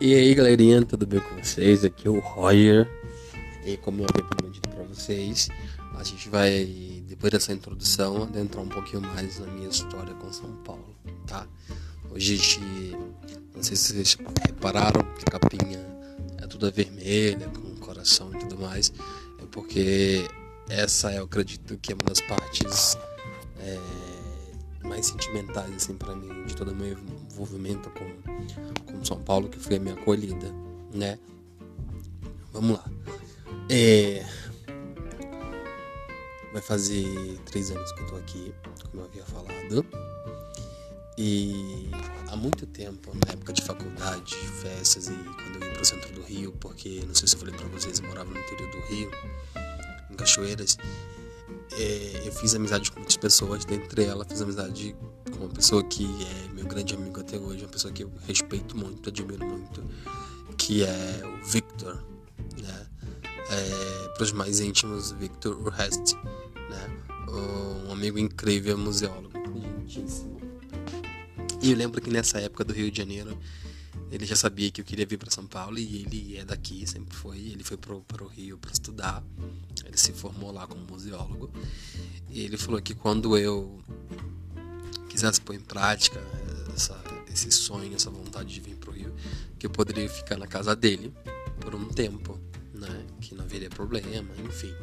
E aí, galerinha, tudo bem com vocês? Aqui é o Roger. E como eu havia prometido pra vocês, a gente vai, depois dessa introdução, adentrar um pouquinho mais na minha história com São Paulo, tá? Hoje a gente, não sei se vocês repararam que a capinha é toda vermelha, com coração e tudo mais. É porque essa eu acredito que é uma das partes mais sentimentais, assim, pra mim, de todo o meu envolvimento com São Paulo, que foi a minha acolhida, né? Vamos lá. Vai fazer 3 anos que eu tô aqui, como eu havia falado. E há muito tempo, na época de faculdade, festas e quando eu ia pro centro do Rio, porque, não sei se eu falei pra vocês, eu morava no interior do Rio, em Cachoeiras. Eu fiz amizade com muitas pessoas, dentre elas fiz amizade com uma pessoa que é meu grande amigo até hoje, uma pessoa que eu respeito muito, admiro muito, que é o Victor, né? Para os mais íntimos, Victor Urrest, né? Um amigo incrível, museólogo, inteligentíssimo. E eu lembro que nessa época do Rio de Janeiro, ele já sabia que eu queria vir para São Paulo e ele é daqui, sempre foi. Ele foi para o Rio para estudar, ele se formou lá como museólogo. E ele falou que quando eu quisesse pôr em prática esse sonho, essa vontade de vir para o Rio, que eu poderia ficar na casa dele por um tempo, né? Que não haveria problema, enfim.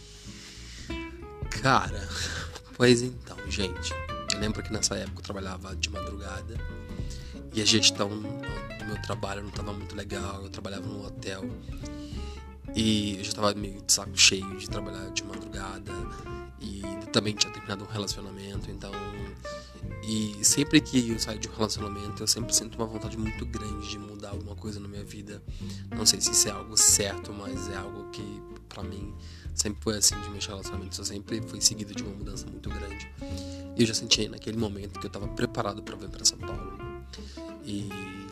Cara, pois então, gente. Eu lembro que nessa época eu trabalhava de madrugada e a gestão do meu trabalho não estava muito legal. Eu trabalhava num hotel e eu já estava meio de saco cheio de trabalhar de madrugada e também tinha terminado um relacionamento, então... E sempre que eu saio de um relacionamento, eu sempre sinto uma vontade muito grande de mudar alguma coisa na minha vida. Não sei se isso é algo certo, mas é algo que, pra mim, sempre foi assim, de meus relacionamentos. Eu sempre fui seguido de uma mudança muito grande. E eu já senti naquele momento que eu tava preparado pra vir pra São Paulo. E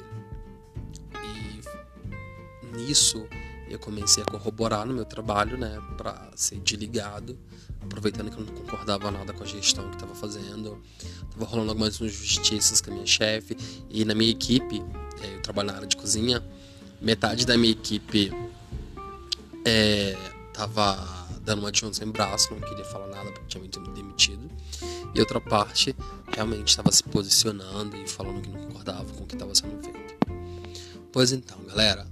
nisso eu comecei a corroborar no meu trabalho, né, pra ser desligado, aproveitando que eu não concordava nada com a gestão que estava fazendo. Tava rolando algumas injustiças com a minha chefe e na minha equipe, eu trabalho na área de cozinha, metade da minha equipe tava dando uma de sem braço, não queria falar nada porque tinha me demitido, e outra parte realmente estava se posicionando e falando que não concordava com o que estava sendo feito. Pois então, galera,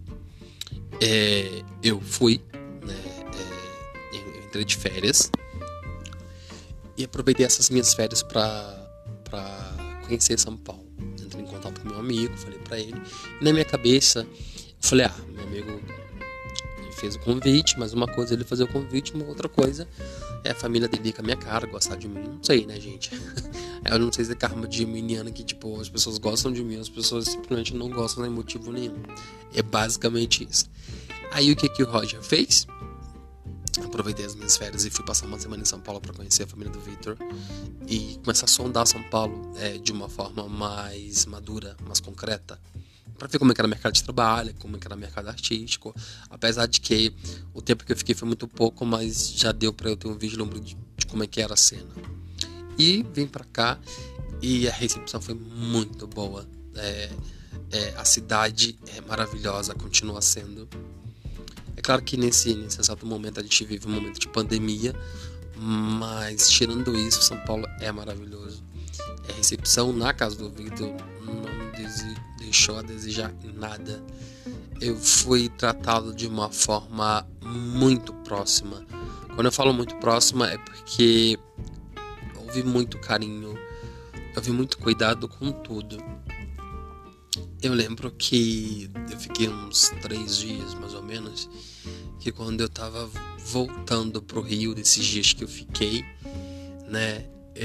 eu fui, né, eu entrei de férias e aproveitei essas minhas férias para conhecer São Paulo. Entrei em contato com meu amigo, falei para ele, e na minha cabeça eu falei, meu amigo fez o convite, mas uma coisa é ele fazer o convite, uma outra coisa é a família dele com a minha cara, gostar de mim, não sei, né, gente? Eu não sei se é karma de geminiano que, tipo, as pessoas gostam de mim, as pessoas simplesmente não gostam sem motivo nenhum. É basicamente isso. Aí o que o Roger fez? Aproveitei as minhas férias e fui passar uma semana em São Paulo para conhecer a família do Victor e começar a sondar São Paulo de uma forma mais madura, mais concreta, para ver como é que era o mercado de trabalho, como é que era o mercado artístico, apesar de que o tempo que eu fiquei foi muito pouco, mas já deu para eu ter um vislumbre de como é que era a cena. E vim para cá e a recepção foi muito boa. A cidade é maravilhosa, continua sendo. É claro que nesse exato momento a gente vive um momento de pandemia, mas tirando isso, São Paulo é maravilhoso. A recepção na casa do Victor não deixou a desejar nada. Eu fui tratado de uma forma muito próxima. Quando eu falo muito próxima é porque houve muito carinho, houve muito cuidado com tudo. Eu lembro que eu fiquei uns 3 dias, mais ou menos, que quando eu tava voltando pro Rio, desses dias que eu fiquei, né,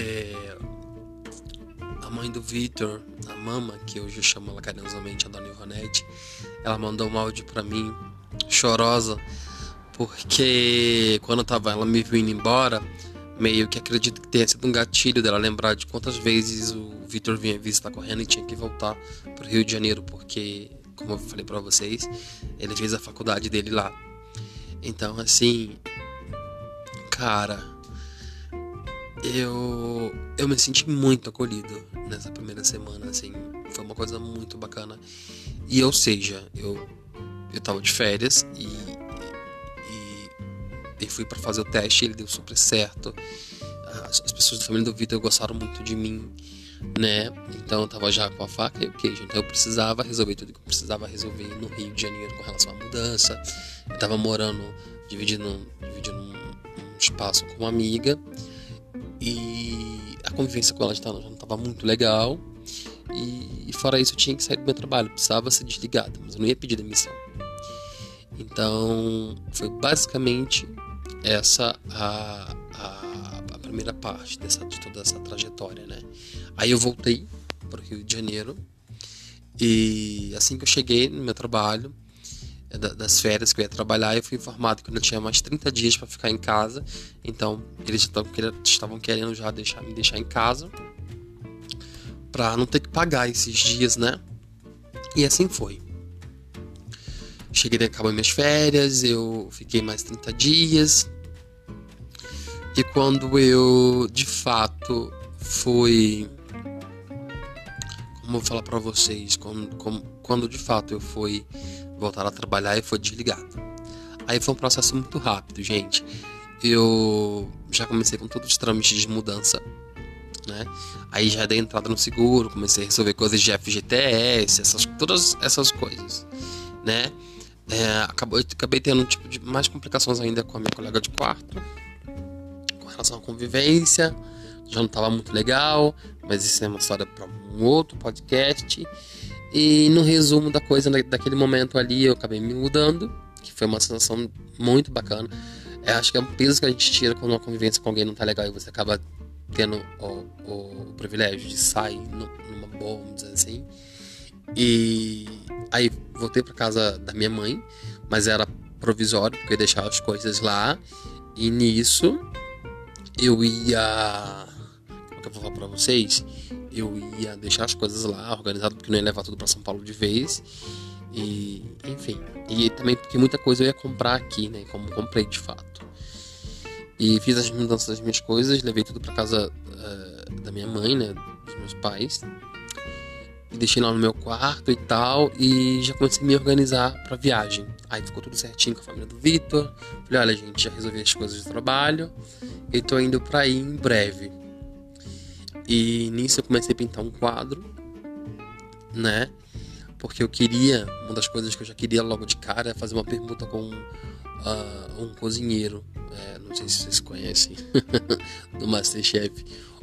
a mãe do Victor, a mama, que hoje eu chamo ela carinhosamente, a Dona Ivonete, ela mandou um áudio pra mim, chorosa, porque quando ela me viu indo embora, meio que acredito que tenha sido um gatilho dela lembrar de quantas vezes o Victor vinha visitar correndo e tinha que voltar pro Rio de Janeiro, porque, como eu falei pra vocês, ele fez a faculdade dele lá. Então, assim, cara, eu me senti muito acolhido nessa primeira semana, assim. Foi uma coisa muito bacana. E, ou seja, eu tava de férias e fui pra fazer o teste, ele deu super certo. As pessoas da família do Vitor gostaram muito de mim, né? Então eu tava já com a faca e o queijo. Então eu precisava resolver tudo que eu precisava resolver no Rio de Janeiro com relação à mudança. Eu tava morando, dividindo um espaço com uma amiga. E a convivência com ela já não tava muito legal. E fora isso eu tinha que sair do meu trabalho. Precisava ser desligado, mas eu não ia pedir demissão. Então foi basicamente essa a primeira parte de toda essa trajetória, né? Aí eu voltei para o Rio de Janeiro e assim que eu cheguei no meu trabalho, das férias que eu ia trabalhar, eu fui informado que eu não tinha mais 30 dias para ficar em casa. Então eles estavam querendo já me deixar em casa para não ter que pagar esses dias, né? E assim foi. Cheguei, acabou minhas férias, eu fiquei mais 30 dias. E quando eu, de fato, fui... Como eu vou falar pra vocês? Quando de fato eu fui voltar a trabalhar, eu fui desligado. Aí foi um processo muito rápido, gente. Eu já comecei com todos os trâmites de mudança, né? Aí já dei entrada no seguro, comecei a resolver coisas de FGTS, todas essas coisas, né? Acabei tendo um tipo de mais complicações ainda com a minha colega de quarto, com relação à convivência. Já não estava muito legal, mas isso é uma história para um outro podcast. E no resumo da coisa, daquele momento ali, eu acabei me mudando, que foi uma sensação muito bacana. Acho que é um peso que a gente tira quando uma convivência com alguém não tá legal e você acaba tendo o privilégio de sair numa boa, vamos dizer assim. E aí voltei para casa da minha mãe, mas era provisório, porque eu ia deixar as coisas lá. E nisso eu ia... Como que eu vou falar pra vocês? Eu ia deixar as coisas lá organizado, porque não ia levar tudo pra São Paulo de vez. E enfim. E também porque muita coisa eu ia comprar aqui, né? Como comprei de fato. E fiz as mudanças das minhas coisas, levei tudo pra casa da minha mãe, né? Dos meus pais. E deixei lá no meu quarto e tal. E já comecei a me organizar pra viagem. Aí ficou tudo certinho com a família do Vitor. Falei, olha, gente, já resolvi as coisas de trabalho. E tô indo pra ir em breve. E nisso eu comecei a pintar um quadro, né? Porque eu queria, uma das coisas que eu já queria logo de cara é fazer uma permuta com um cozinheiro. Não sei se vocês conhecem, do Masterchef,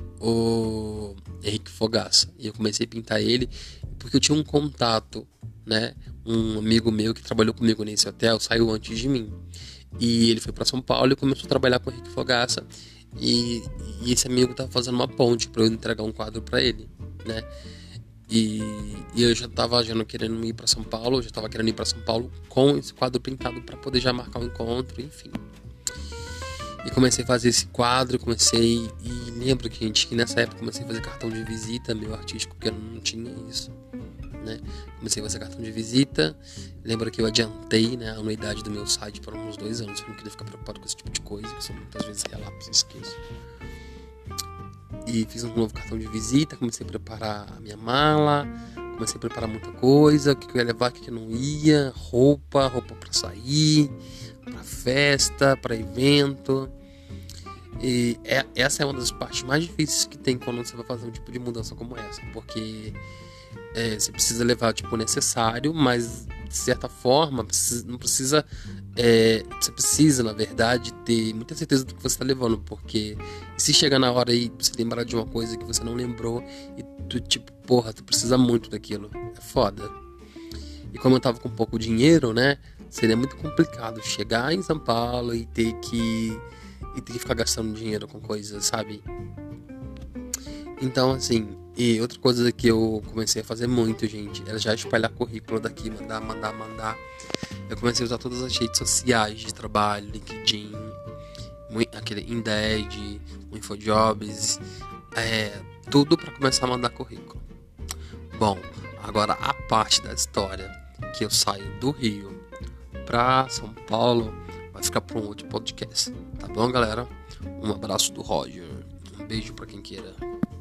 o Henrique Fogaça. E eu comecei a pintar ele porque eu tinha um contato, né? Um amigo meu que trabalhou comigo nesse hotel saiu antes de mim. E ele foi para São Paulo e começou a trabalhar com o Henrique Fogaça. E esse amigo tava fazendo uma ponte para eu entregar um quadro para ele, né? E eu já não querendo ir para São Paulo, eu já tava querendo ir para São Paulo com esse quadro pintado para poder já marcar o encontro, enfim. E comecei a fazer esse quadro, e lembro que nessa época comecei a fazer cartão de visita meu artístico, porque eu não tinha isso, né? Comecei a fazer cartão de visita. Lembro que eu adiantei, né, a anuidade do meu site por uns 2 anos. Eu não queria ficar preocupado com esse tipo de coisa, que são muitas vezes relapsos e esqueço. E fiz um novo cartão de visita, comecei a preparar a minha mala, comecei a preparar muita coisa, o que eu ia levar, o que eu não ia, roupa pra sair, pra festa, pra evento. E essa é uma das partes mais difíceis que tem quando você vai fazer um tipo de mudança como essa, porque você precisa levar tipo, o necessário, mas de certa forma não precisa. Você precisa, na verdade, ter muita certeza do que você está levando, porque se chegar na hora e você lembrar de uma coisa que você não lembrou e tu precisa muito daquilo, é foda. E como eu tava com pouco dinheiro, né, seria muito complicado chegar em São Paulo e ter que ficar gastando dinheiro com coisas, sabe? Então, assim, e outra coisa que eu comecei a fazer muito, gente, era já espalhar currículo daqui, mandar. Eu comecei a usar todas as redes sociais de trabalho, LinkedIn, aquele Indeed, o InfoJobs, tudo para começar a mandar currículo. Bom, agora a parte da história que eu saio do Rio para São Paulo vai ficar para um outro podcast, tá bom, galera? Um abraço do Roger. Um beijo pra quem queira.